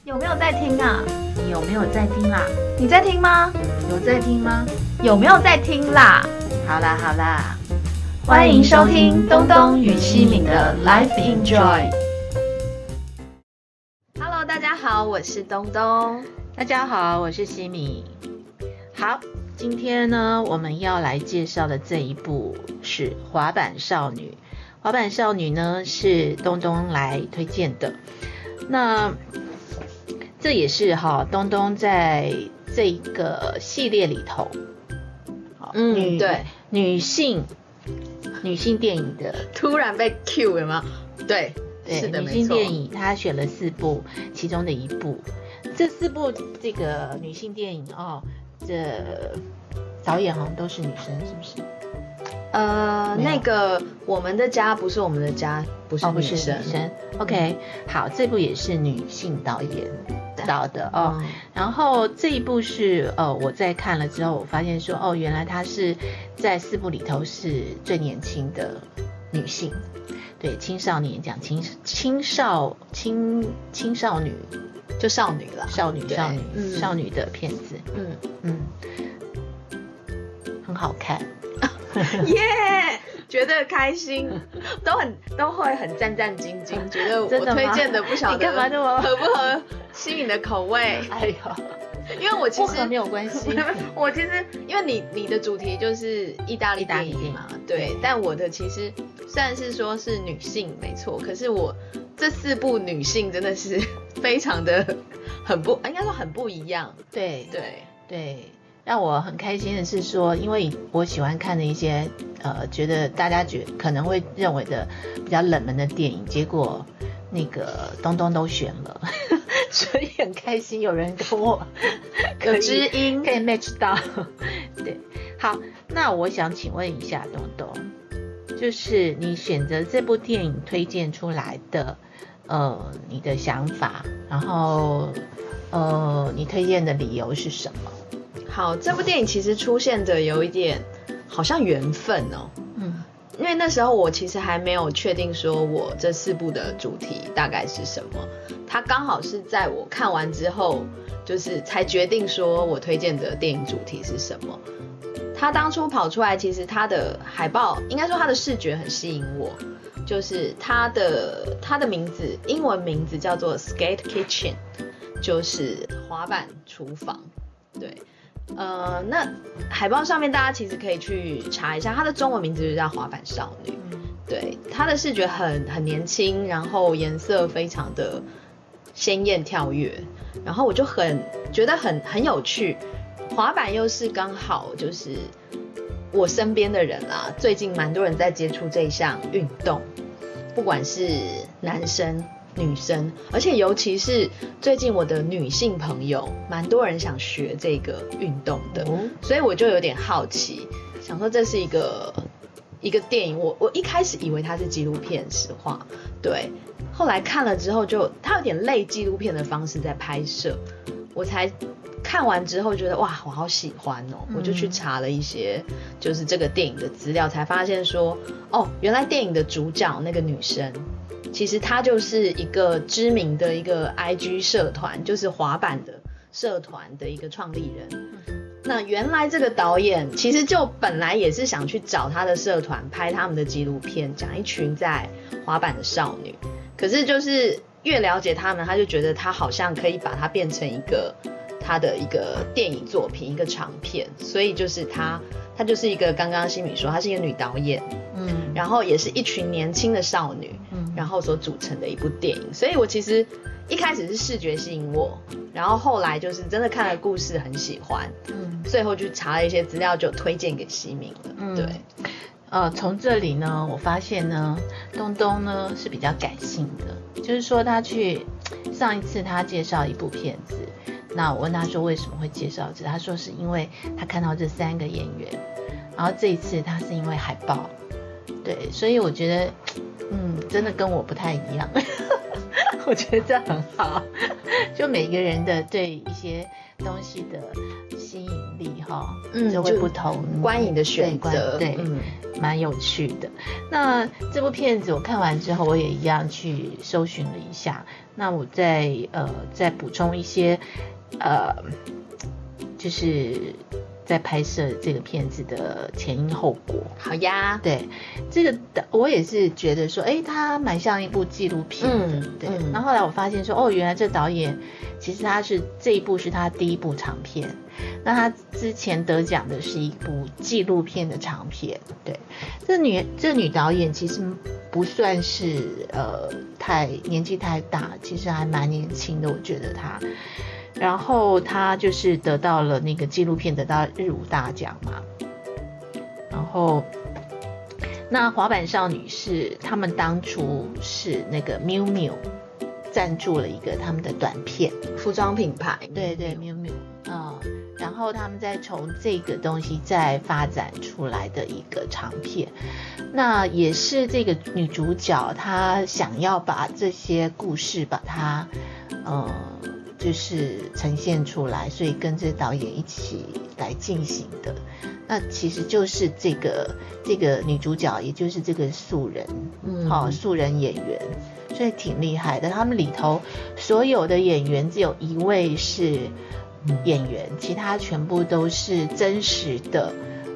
有没有在听啊？ 你有没有在听啦？ 你在听吗？ 有在听吗？ 有没有在听啦？ 好啦好啦， 欢迎收听东东与西敏的 Life Enjoy。Hello， 大家好，我是东东。 大家好，我是西米。好，今天呢，我们要来介绍的这一部是《滑板少女》。《滑板少女》呢是东东来推荐的。那这也是东东在这个系列里头， 对， 女性电影的， 突然被 Q 了吗？对，是的， 女性电影，他选了4部，其中的一部。这4部这个女性电影这导演好像都是女生，是不是？ 那个我们的家不是我们的家，不是女生。 OK， 好，这部也是女性导演导的哦。然后这一部是我在看了之后，我发现说原来她是在4部里头是最年轻的女性，对，青少年讲青少女， 就少女了， 少女的片子，很好看。 耶觉得开心，都会很战战兢兢，觉得我推荐的不晓得合不合西敏的口味。 哎呦， 因为我其实没有关系， 我其实因为你的主题就是意大利电影嘛，对，但我的其实虽然是说是女性没错，可是我这4部女性真的是非常的应该说很不一样， 对。让我很开心的是说，因为我喜欢看的一些觉得大家可能会认为的比较冷门的电影，结果那个东东都选了，所以很开心有人跟我有知音可以 match 到。对，好，那我想请问一下东东，就是你选择这部电影推荐出来的你的想法，然后你推荐的理由是什么？ 好，这部电影其实出现的有一点好像缘分哦，因为那时候我其实还没有确定说我这4部的主题大概是什么，它刚好是在我看完之后，就是才决定说我推荐的电影主题是什么。它当初跑出来，其实它的海报应该说它的视觉很吸引我，就是它的名字英文名字叫做 Skate Kitchen， 就是滑板厨房，对。那海报上面大家其实可以去查一下，它的中文名字就叫滑板少女。对，它的视觉很年轻，然后颜色非常的鲜艳跳跃，然后我就觉得很有趣。滑板又是刚好就是我身边的人啦，最近蛮多人在接触这一项运动，不管是男生女生，而且尤其是最近我的女性朋友蛮多人想学这个运动的，所以我就有点好奇，想说这是一个电影，我一开始以为它是纪录片，实话，对，后来看了之后它有点类纪录片的方式在拍摄，我才看完之后觉得哇，我好喜欢哦，我就去查了一些就是这个电影的资料，才发现说原来电影的主角那个女生其实她就是一个知名的一个 IG 社团，就是滑板的社团的一个创立人。那原来这个导演其实就本来也是想去找他的社团拍他们的纪录片，讲一群在滑板的少女。可是就是越了解他们，他就觉得他好像可以把它变成他的一个电影作品，一个长片。所以就是他就是一个刚刚西米说，她是一个女导演，然后也是一群年轻的少女，然后所组成的一部电影。所以我其实一开始是视觉吸引我，然后后来就是真的看了故事很喜欢，最后去查了一些资料就推荐给西敏了。对， 从这里呢，我发现呢，东东呢是比较感性的，就是说他上一次他介绍一部片子，那我问他说为什么会介绍这，他说是因为他看到这3个演员，然后这一次他是因为海报，对，所以我觉得真的跟我不太一样。我觉得这很好，就每个人的对一些东西的吸引力就会不同， 观影的选择， 对， 蛮有趣的。那这部片子我看完之后，我也一样去搜寻了一下。那我再补充一些就是在拍摄这个片子的前因后果。 好呀， 对，这个我也是觉得说，它蛮像一部纪录片的，对。然后后来我发现说，原来这导演其实这一部是他第一部长片，那他之前得奖的是一部纪录片的长片，对。这女导演其实不算是年纪太大，其实还蛮年轻的，我觉得她。然后他就是得到了那个纪录片得到日舞大奖嘛，然后那滑板少女是他们当初是那个 Miu Miu 赞助了一个他们的短片， 服装品牌， 对 Miu Miu，然后他们再从这个东西再发展出来的一个长片，那也是这个女主角她想要把这些故事把它就是呈现出来，所以跟这导演一起来进行的。那其实就是这个女主角，也就是这个素人，素人演员，所以挺厉害的。他们里头所有的演员只有一位是演员，其他全部都是真实的，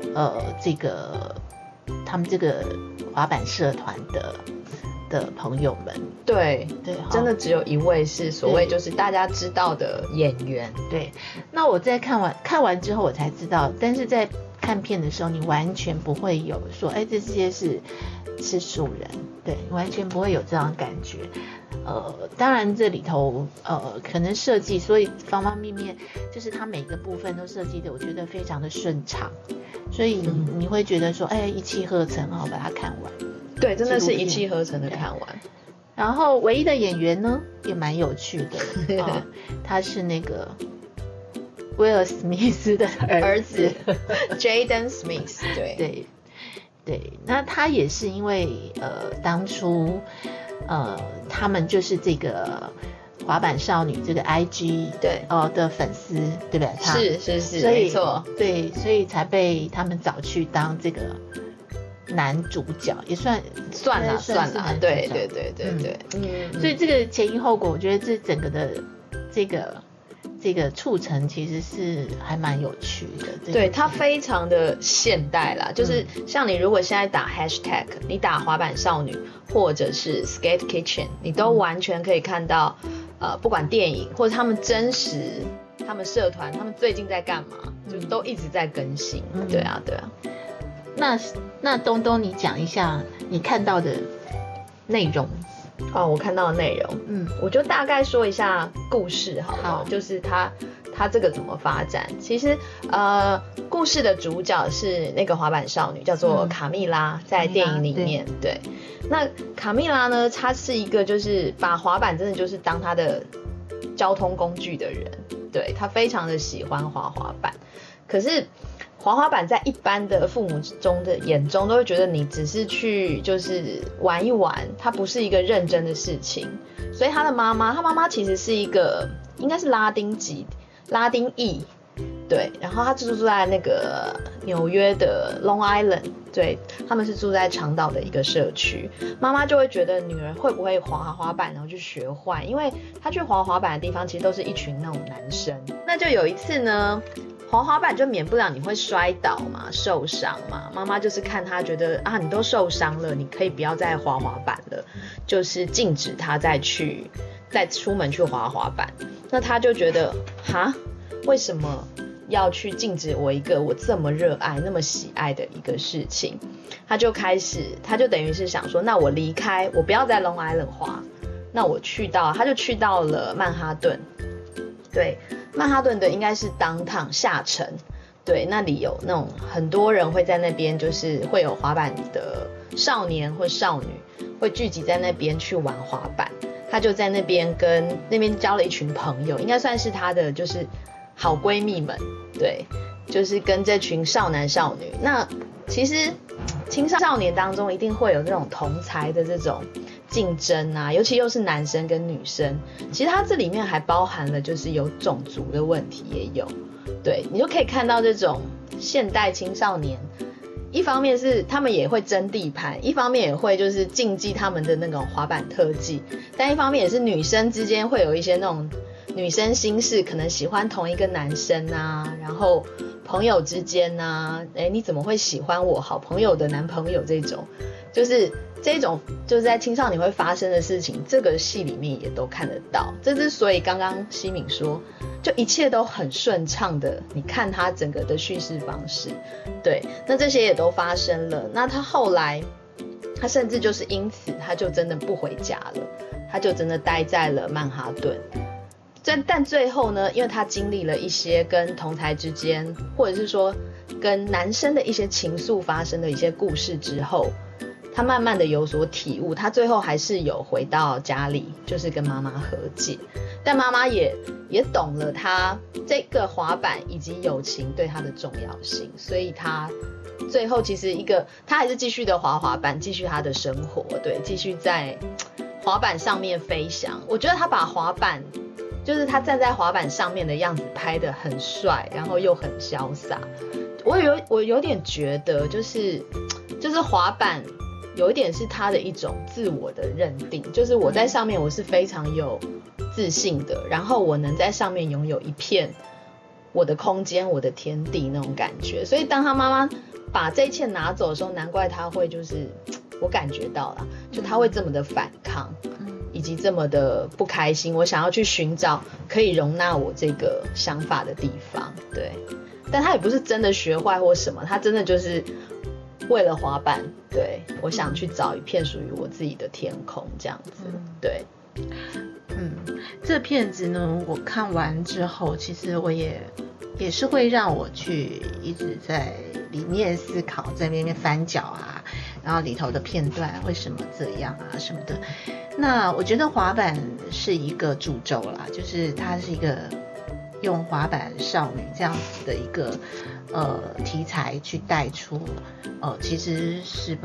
他们这个滑板社团的朋友们， 对，真的只有一位是所谓就是大家知道的演员。 对，那我在看完之后我才知道，但是在看片的时候你完全不会有说这些是素人，对，完全不会有这样的感觉。当然这里头可能设计，所以方方面面就是它每个部分都设计的我觉得非常的顺畅，所以你会觉得说一气呵成把它看完。 对，真的是一气呵成的看完。 然后唯一的演员呢也蛮有趣的，他是那个威尔史密斯的儿子 Jaden Smith， 对，那他也是因为当初他们就是这个滑板少女这个 IG 的粉丝，对不对？ 是，没错， 对，所以才被他们找去当这个男主角，也算了，对，所以这个前因后果，我觉得这整个的这个促成其实是还蛮有趣的。 对，它非常的现代啦，就是像你如果现在打 hashtag， 你打滑板少女或者是 skate kitchen， 你都完全可以看到不管电影或者他们真实他们社团他们最近在干嘛，就都一直在更新。对啊。 那东东你讲一下你看到的内容。 我看到的内容，我就大概说一下故事好了。就是他这个怎么发展。其实故事的主角是那个滑板少女，叫做卡蜜拉，在电影里面。对，那卡蜜拉呢，她是一个就是把滑板真的就是当她的交通工具的人。对，她非常的喜欢滑板，可是滑板在一般的父母中的眼中都会觉得你只是去就是玩一玩，它不是一个认真的事情。所以他妈妈其实是一个应该是拉丁裔，对，然后他住在那个纽约的 Long Island， 对，他们是住在长岛的一个社区。妈妈就会觉得女儿会不会滑板，然后去学坏，因为她去滑板的地方其实都是一群那种男生。那就有一次呢，滑板就免不了你会摔倒嘛，受伤嘛。妈妈就是看他觉得你都受伤了，你可以不要再滑板了，就是禁止他再出门去滑板。那他就觉得为什么要去禁止我一个我这么热爱那么喜爱的一个事情？他就等于是想说，那我离开，我不要在 Long Island 滑，那他就去到了曼哈顿。对，曼哈顿的应该是downtown下城，对，那里有那种很多人会在那边，就是会有滑板的少年或少女会聚集在那边去玩滑板。他就在那边跟那边交了一群朋友，应该算是他的就是好闺蜜们，对，就是跟这群少男少女。那其实青少年当中一定会有那种同才的这种竞争啊，尤其又是男生跟女生。其实它这里面还包含了就是有种族的问题也有，对，你就可以看到这种现代青少年一方面是他们也会争地盘，一方面也会就是竞技他们的那种滑板特技，但一方面也是女生之间会有一些那种女生心事，可能喜欢同一个男生啊，然后朋友之间啊，你怎么会喜欢我好朋友的男朋友，这种就是这种就是在青少年会发生的事情，这个戏里面也都看得到。这之所以刚刚西敏说就一切都很顺畅的，你看他整个的叙事方式，对，那这些也都发生了。那他后来他甚至就是因此他就真的不回家了，他就真的待在了曼哈顿。但最后呢，因为他经历了一些跟同台之间，或者是说跟男生的一些情愫发生的一些故事之后，他慢慢的有所体悟，他最后还是有回到家里，就是跟妈妈和解。但妈妈也懂了他这个滑板以及友情对他的重要性，所以他最后其实他还是继续的滑板，继续他的生活，对，继续在滑板上面飞翔。我觉得他把滑板就是他站在滑板上面的样子拍得很帅，然后又很潇洒。我有点觉得就是滑板有一点是他的一种自我的认定，就是我在上面我是非常有自信的，然后我能在上面拥有一片我的空间，我的天地那种感觉。所以当他妈妈把这一切拿走的时候，难怪他会就是我感觉到啦，就他会这么的反抗，以及这么的不开心。我想要去寻找可以容纳我这个想法的地方，对。但他也不是真的学坏或什么，他真的就是为了滑板，对，我想去找一片属于我自己的天空，这样子，对。 这片子呢，我看完之后，其实我也是会让我去一直在里面思考，在那边翻脚啊，然后里头的片段为什么这样啊什么的。那我觉得滑板是一个主轴啦，就是它是一个用滑板少女这样子的一个题材去带出其实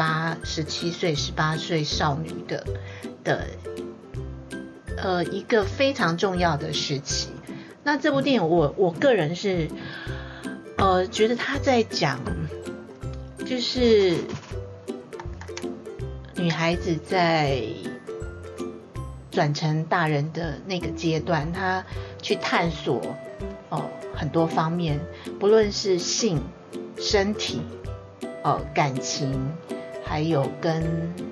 17岁18岁少女的一个非常重要的时期。那这部电影我个人是觉得他在讲就是女孩子在转成大人的那个阶段，她去探索很多方面，不论是性、身体、感情，还有跟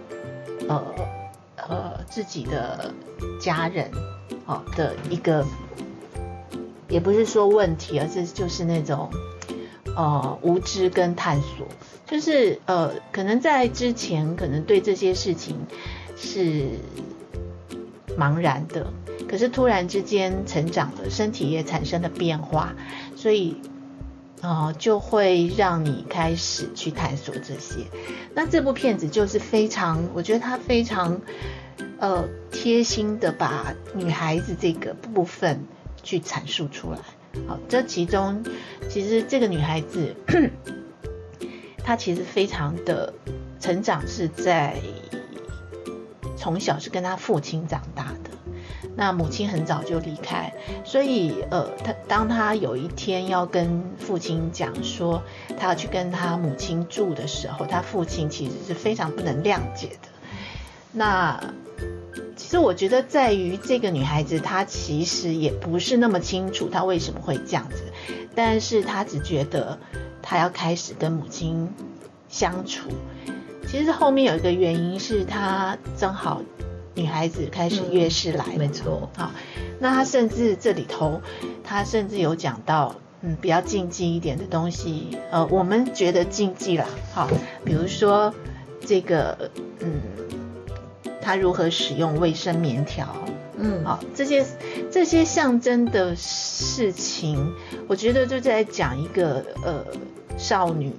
自己的家人的一个，也不是说问题，而是就是那种无知跟探索，就是可能在之前可能对这些事情是茫然的，可是突然之间成长了，身体也产生了变化，所以就会让你开始去探索这些。那这部片子就是非常，我觉得它非常贴心的把女孩子这个部分去阐述出来。好，这其中其实这个女孩子她其实非常的成长是在从小是跟她父亲长大的，那母亲很早就离开，所以当她有一天要跟父亲讲说她要去跟她母亲住的时候，她父亲其实是非常不能谅解的。那其实我觉得在于这个女孩子她其实也不是那么清楚她为什么会这样子，但是她只觉得她要开始跟母亲相处。其实后面有一个原因是她正好女孩子开始月事来了， 没错。 好，那她甚至这里头她甚至有讲到比较禁忌一点的东西，我们觉得禁忌啦，好，比如说这个她如何使用卫生棉条，好，这些象征的事情，我觉得就在讲一个少女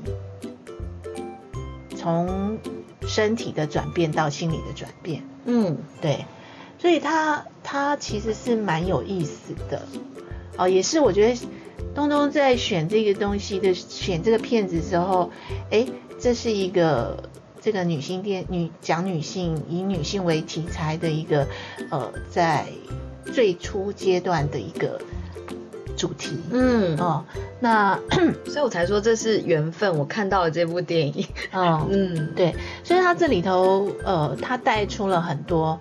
从身体的转变到心理的转变，对，所以她其实是蛮有意思的，也是我觉得东东在选这个东西的选这个片子的时候，这是一个这个讲女性以女性为题材的一个在最初阶段的一个主题。 那所以我才说这是缘分，我看到了这部电影。 对，所以他这里头他带出了很多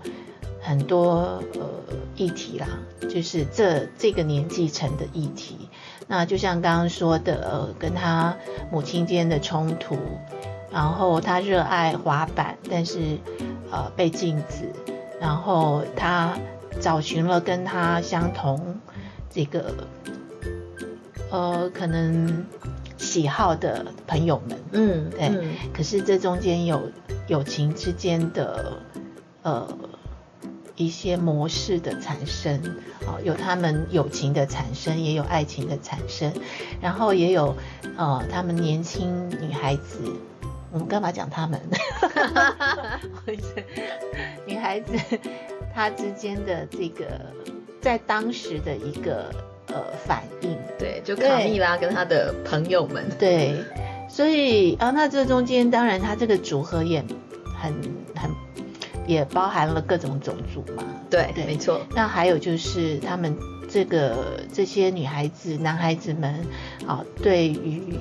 议题啦，就是这个年纪层的议题。那就像刚刚说的，跟他母亲间的冲突，然后他热爱滑板，但是被禁止，然后他找寻了跟他相同这个可能喜好的朋友们，对，可是这中间有友情之间的一些模式的产生，有他们友情的产生，也有爱情的产生，然后也有他们年轻女孩子，我们干嘛讲他们？女孩子她之间的这个在当时的一个反应， 对，就卡蜜拉跟她的朋友们， 对，所以那这中间当然她这个组合也很也包含了各种种族嘛， 对，没错。 那还有就是他们这些女孩子、男孩子们对于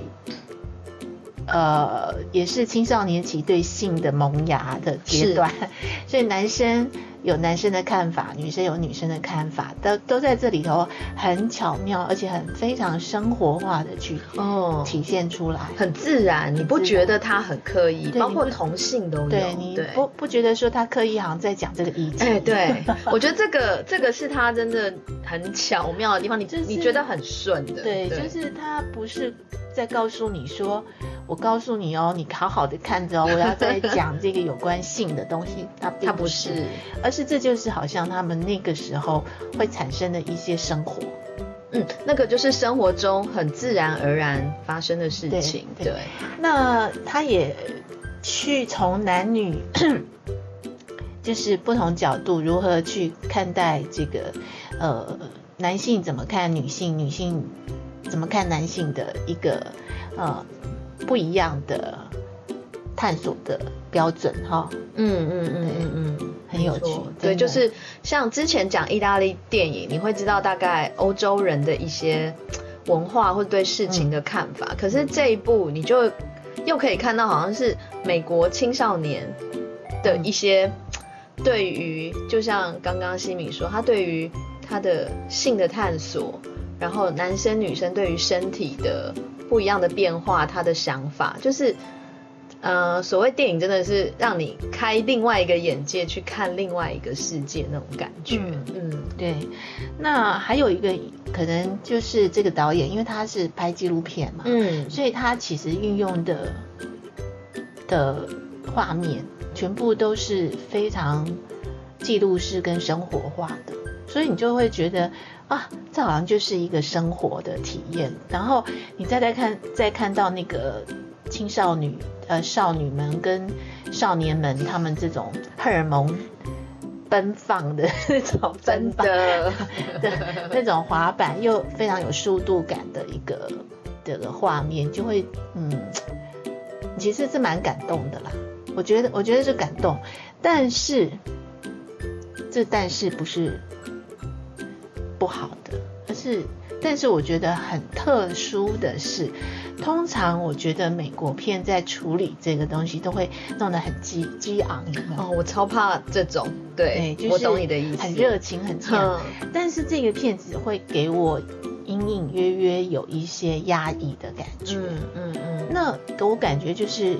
也是青少年期对性的萌芽的阶段，所以男生有男生的看法，女生有女生的看法，都在这里头很巧妙，而且非常生活化的去体现出来， 很自然，你不觉得他很刻意？包括同性都有， 对，你不觉得说他刻意好像在讲这个议题？ 对，我觉得这个是他真的很巧妙的地方，你觉得很顺的， 对，就是他不是在告诉你说，我告诉你你好好的看着我要在讲这个有关性的东西，他不是，而是这就是好像他们那个时候会产生的一些生活， 那个就是生活中很自然而然发生的事情，对。 那他也去从男女就是不同角度如何去看待这个男性怎么看女性，女性怎么看男性的一个不一样的探索的标准很有趣。 对，就是像之前讲意大利电影，你会知道大概欧洲人的一些文化或对事情的看法，可是这一部你就又可以看到好像是美国青少年的一些对于，就像刚刚西米说，他对于他的性的探索，然后男生女生对于身体的不一样的变化，他的想法就是所谓电影真的是让你开另外一个眼界去看另外一个世界那种感觉。 对。那还有一个可能就是这个导演，因为他是拍纪录片嘛，所以他其实运用的画面全部都是非常记录式跟生活化的，所以你就会觉得这好像就是一个生活的体验。然后你再看到那个青少女少女们跟少年们他们这种荷尔蒙奔放的那种真的那种滑板又非常有速度感的一个这个画面，就会其实是蛮感动的啦。我觉得是感动，但是不是不好的，但是我觉得很特殊的是，通常我觉得美国片在处理这个东西都会弄得很激昂，有没有？ 我超怕这种，对， 就是、 我懂你的意思， 很热情很强，但是这个片子会给我隐隐约约有一些压抑的感觉，那给我感觉就是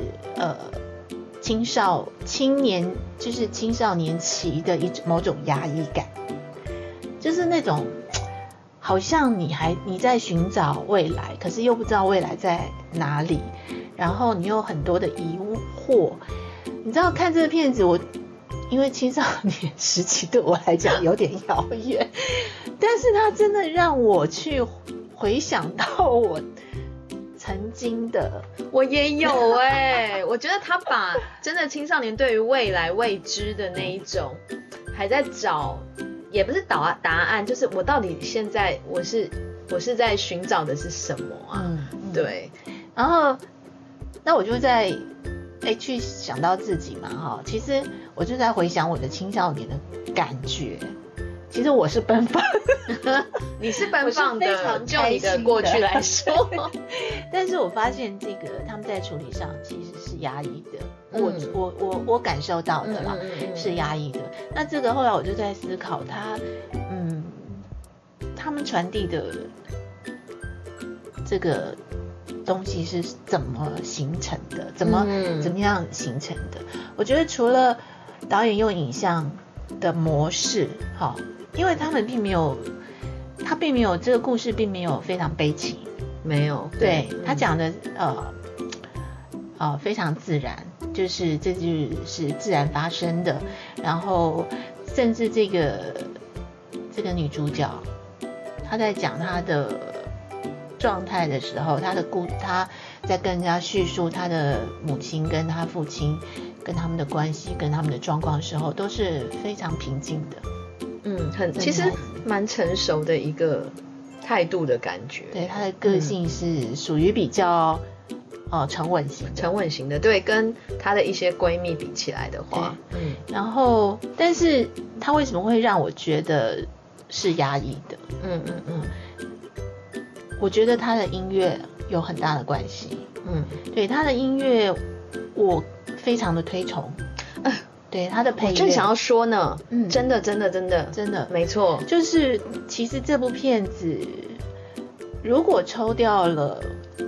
青年就是青少年期的某种压抑感，就是那种好像你在寻找未来，可是又不知道未来在哪里，然后你有很多的疑惑。你知道看这个片子，因为青少年时期对我来讲有点遥远，但是它真的让我去回想到我曾经的， 我也有我觉得他把真的青少年对于未来未知的那一种还在找，也不是答案，就是我到底现在我是在寻找的是什么对。 然后那我就在去想到自己嘛其实我就在回想我的青少年的感觉， 其实我是奔放， 你是奔放的， 我是非常就你的过去来说， 但是我发现这个他们在处理上其实是压抑的，我感受到的啦，是压抑的。那这个后来我就在思考他们传递的这个东西是怎么形成的，怎么样形成的？我觉得除了导演用影像的模式，因为他并没有这个故事并没有非常悲情， 没有， 对，他讲的非常自然，就是这就是自然发生的，然后甚至这个女主角，她在讲她的状态的时候，她在跟人家叙述她的母亲跟她父亲跟他们的关系跟他们的状况的时候，都是非常平静的。 其实蛮成熟的一个态度的感觉。 对，她的个性是属于比较沉稳型的， 对，跟她的一些闺蜜比起来的话， 然后但是她为什么会让我觉得是压抑的？我觉得她的音乐有很大的关系。对，她的音乐我非常的推崇。对，他的配乐， 我正想要说呢，真的，没错， 就是其实这部片子如果抽掉了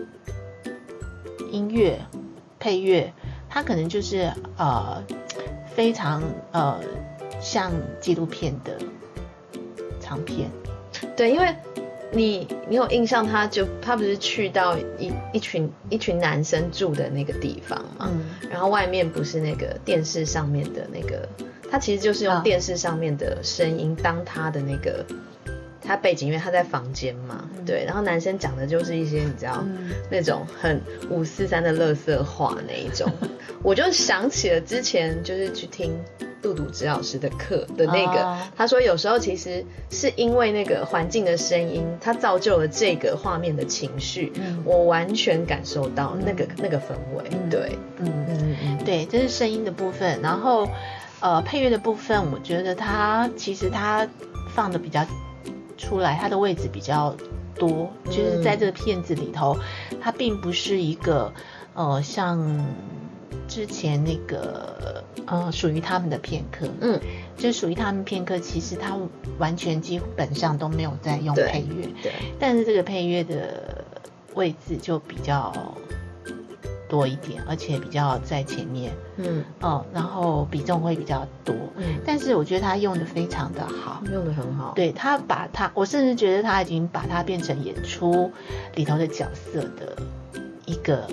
音乐配乐，它可能就是非常像纪录片的长片。 对，因为你有印象，他不是去到一群男生住的那个地方嘛，然后外面不是那个电视上面的那个，他其实就是用电视上面的声音当他的那个他背景音乐，他在房间嘛，对，然后男生讲的就是一些你知道那种很543的垃圾话那一种，我就想起了之前就是去听杜笃之老师的课的那个，他说有时候其实是因为那个环境的声音，它造就了这个画面的情绪，我完全感受到那个氛围，对， 对，这是声音的部分，然后配乐的部分，我觉得其实它放的比较出来，它的位置比较多，就是在这个片子里头，它并不是一个像之前那个属于他们的片刻，就属于他们片刻，其实他完全基本上都没有在用配乐， 对， 但是这个配乐的位置就比较多一点，而且比较在前面，然后比重会比较多，但是我觉得他用的非常的好， 用的很好， 对，我甚至觉得他已经把它变成演出里头的角色的一个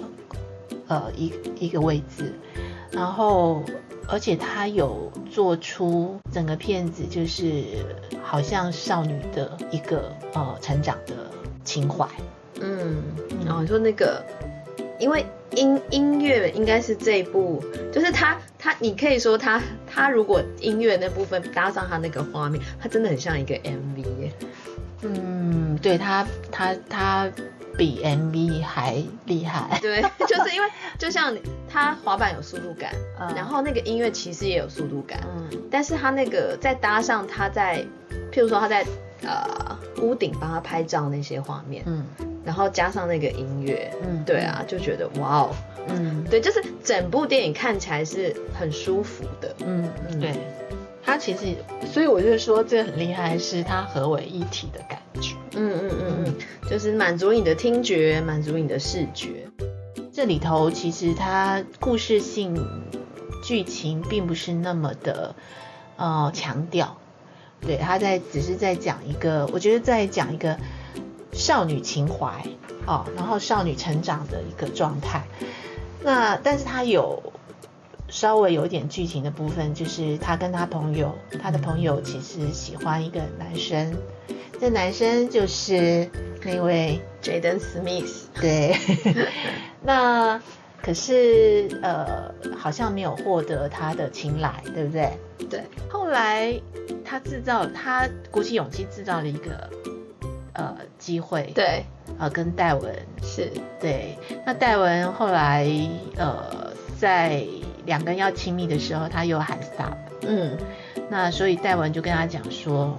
位置，然后而且他有做出整个片子就是好像少女的一个成长的情怀， 然后你说那个，因为音乐应该是这一部，就是他你可以说他如果音乐那部分搭上他那个画面，他真的很像一个 MV 耶。 对，他比 MV 还厉害。 对，就是因为就像他滑板有速度感，然后那个音乐其实也有速度感，但是他那个再搭上他在，譬如说他在屋顶帮他拍照那些画面，然后加上那个音乐，对啊，就觉得哇哦，对，就是整部电影看起来是很舒服的， 对。它其实，所以我就说这很厉害，是它合为一体的感觉。 就是满足你的听觉，满足你的视觉。 这里头其实它故事性、剧情并不是那么的强调，对，它只是在讲一个，我觉得在讲一个少女情怀然后少女成长的一个状态。那但是它有稍微有一点剧情的部分，就是他跟他的朋友其实喜欢一个男生，这男生就是那位 Jaden Smith， 对， 那可是好像没有获得他的青睐，对不对？ 对。 后来他鼓起勇气制造了一个机会， 对， 跟戴文是， 对，那戴文后来在两个人要亲密的时候，他又喊 stop， 那所以戴文就跟他讲说，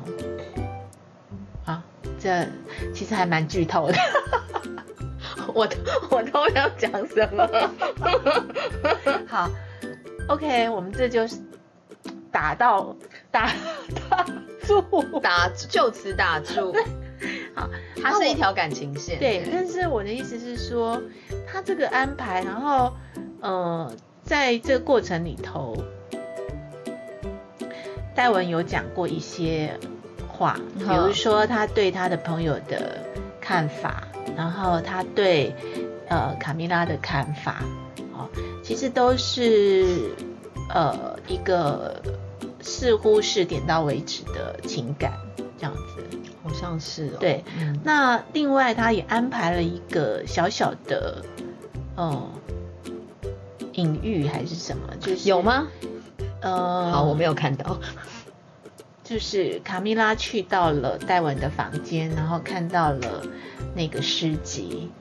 这其实还蛮剧透的。 我都要讲什么？ 好 ，OK， 我们这就是打就此打住。 好， 它是一条感情线。 对，但是我的意思是说，他这个安排，然后在这个过程里头，戴文有讲过一些话，比如说他对他的朋友的看法，然后他对卡米拉的看法，其实都是一个似乎是点到为止的情感这样子。 好像是对，那另外他也安排了一个小小的隐喻还是什么，就是有吗？好，我没有看到。 就是卡米拉去到了戴文的房间，然后看到了那个诗集。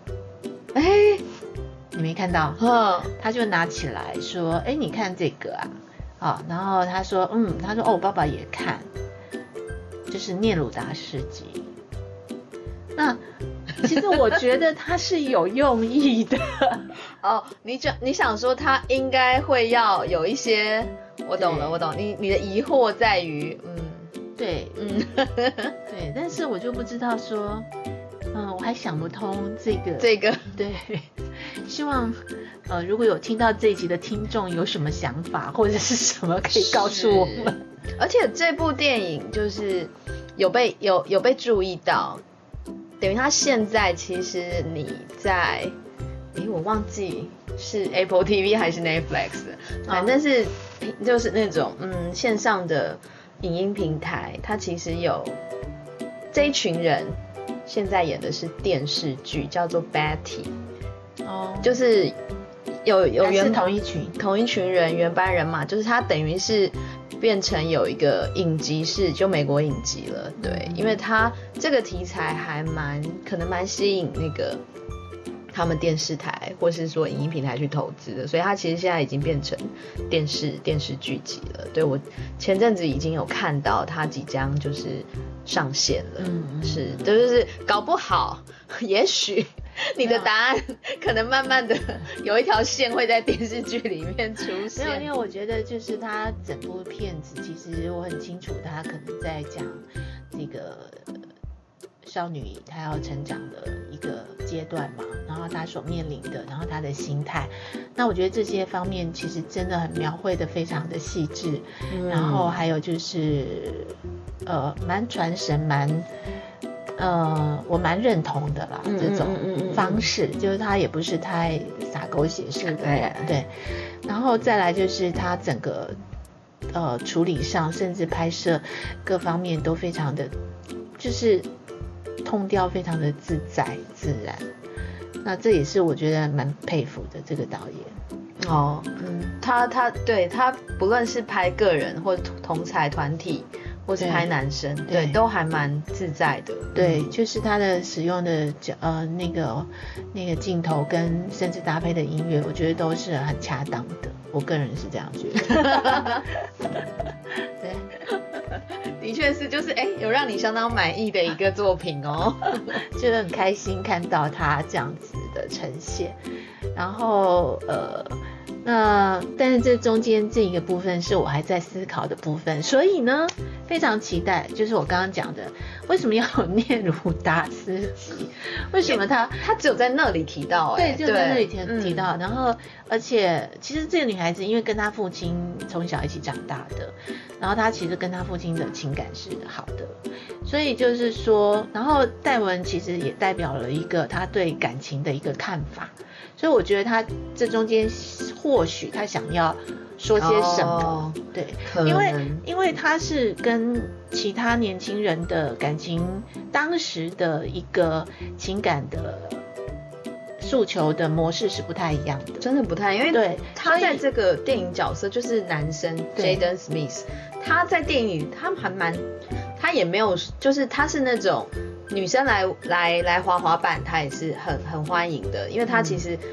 你没看到？他就拿起来说：“你看这个啊。”然后他说：“我爸爸也看。”就是聂鲁达诗集。那其实我觉得他是有用意的。 你想说他应该会要有一些，我懂了，你的疑惑在于， 对，对，但是我就不知道说，我还想不通这个，对，希望如果有听到这一集的听众有什么想法或者是什么可以告诉我们。 而且这部电影就是有被注意到，等于他现在其实你在，我忘记是 Apple TV 还是 Netflix， 反正是就是那种线上的影音平台，它其实有这一群人现在演的是电视剧，叫做 Betty， 就是有同一群人原班人马，就是他等于是变成有一个影集是就美国影集了，对，因为他这个题材还可能蛮吸引那个他们电视台或是说影音平台去投资的，所以他其实现在已经变成电视剧集了。对，我前阵子已经有看到他即将就是上线了，就是搞不好，也许你的答案可能慢慢的有一条线会在电视剧里面出现。 没有，因为我觉得就是他整部片子，其实我很清楚他可能在讲这个少女她要成长的一个阶段嘛，然后她所面临的，然后她的心态，那我觉得这些方面其实真的很描绘的非常的细致，然后还有就是蛮传神，我蛮认同的啦，这种方式，就是他也不是太洒狗血式的，对，然后再来就是他整个处理上，甚至拍摄各方面都非常的，就是通调非常的自在自然，那这也是我觉得蛮佩服的这个导演。 他不论是拍个人或同才团体，或是拍男生，对，都还蛮自在的。 对，就是他的使用的那个镜头跟甚至搭配的音乐，我觉得都是很恰当的。我个人是这样觉得。对， 的确是，就是有让你相当满意的一个作品哦， 就很开心看到他这样子的呈现。然后但是这中间这一个部分是我还在思考的部分，所以呢非常期待，就是我刚刚讲的，为什么要有聂鲁达斯基？为什么他只有在那里提到？ 对，就在那里提到。然后而且其实这个女孩子因为跟她父亲从小一起长大的，然后她其实跟她父亲的情感是好的，所以就是说，然后戴文其实也代表了一个他对感情的一个看法。所以我觉得他这中间或许他想要说些什么，对，因为他是跟其他年轻人的感情当时的一个情感的诉求的模式是不太一样的， 真的不太，因为对他在这个电影角色就是男生 Jaden Smith， 他在电影里他也没有，就是他是那种女生来滑滑板，他也是很欢迎的，因为他其实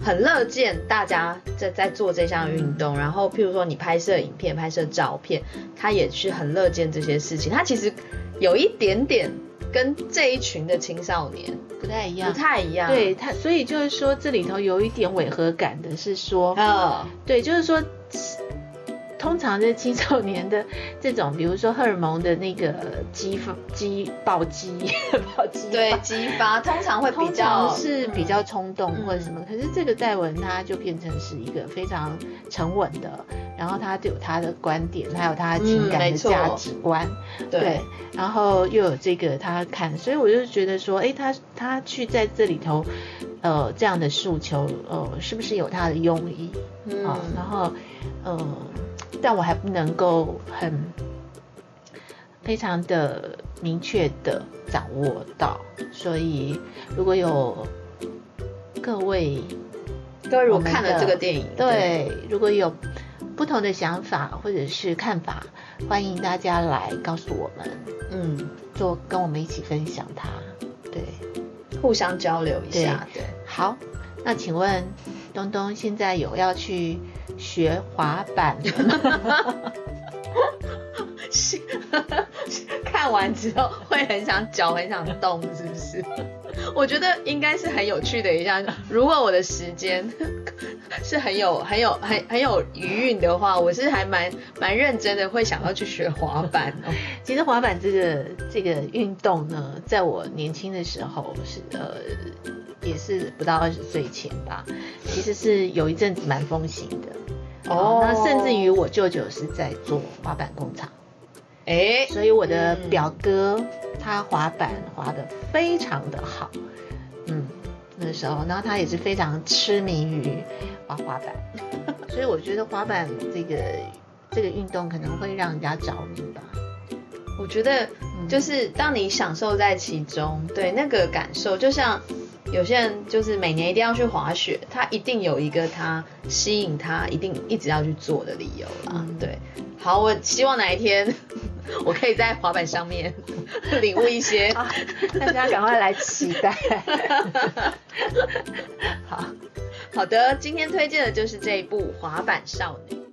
很乐见大家在做这项运动，然后譬如说你拍摄影片、拍摄照片，他也是很乐见这些事情。他其实有一点点跟这一群的青少年不太一样，对他，所以就是说这里头有一点违和感的是说，对，就是说。通常这青少年的这种，比如说荷尔蒙的那个暴击， 对，激发通常会比较是比较冲动或者什么，可是这个戴文他就变成是一个非常沉稳的，然后他有他的观点，还有他的情感的价值观，对，然后又有这个他看，所以我就觉得说，他去在这里头，这样的诉求，是不是有他的用意？然后，但我还不能够非常的明确的掌握到，所以如果有各位如果看了这个电影， 对，如果有不同的想法或者是看法，欢迎大家来告诉我们，跟我们一起分享它，对， 互相交流一下，对。 好，那请问东东现在有要去学滑板吗？ 看完之后会很想脚很想动，是不是？我觉得应该是很有趣的一项。如果我的时间是很有余韵的话，我是还蛮认真的，会想要去学滑板哦。 其实滑板这个运动呢，在我年轻的时候是也是不到20岁前吧，其实是有一阵子蛮风行的。那甚至于我舅舅是在做滑板工厂，所以我的表哥他滑板滑得非常的好，那时候，然后他也是非常痴迷于滑板，所以我觉得滑板这个运动可能会让人家着迷吧。 我觉得就是当你享受在其中，对那个感受，就像有些人就是每年一定要去滑雪，他一定有一个他吸引他一定一直要去做的理由啦。对，好，我希望哪一天我可以在滑板上面领悟一些， 大家赶快来期待。 好的，今天推荐的就是这一部《滑板少女》。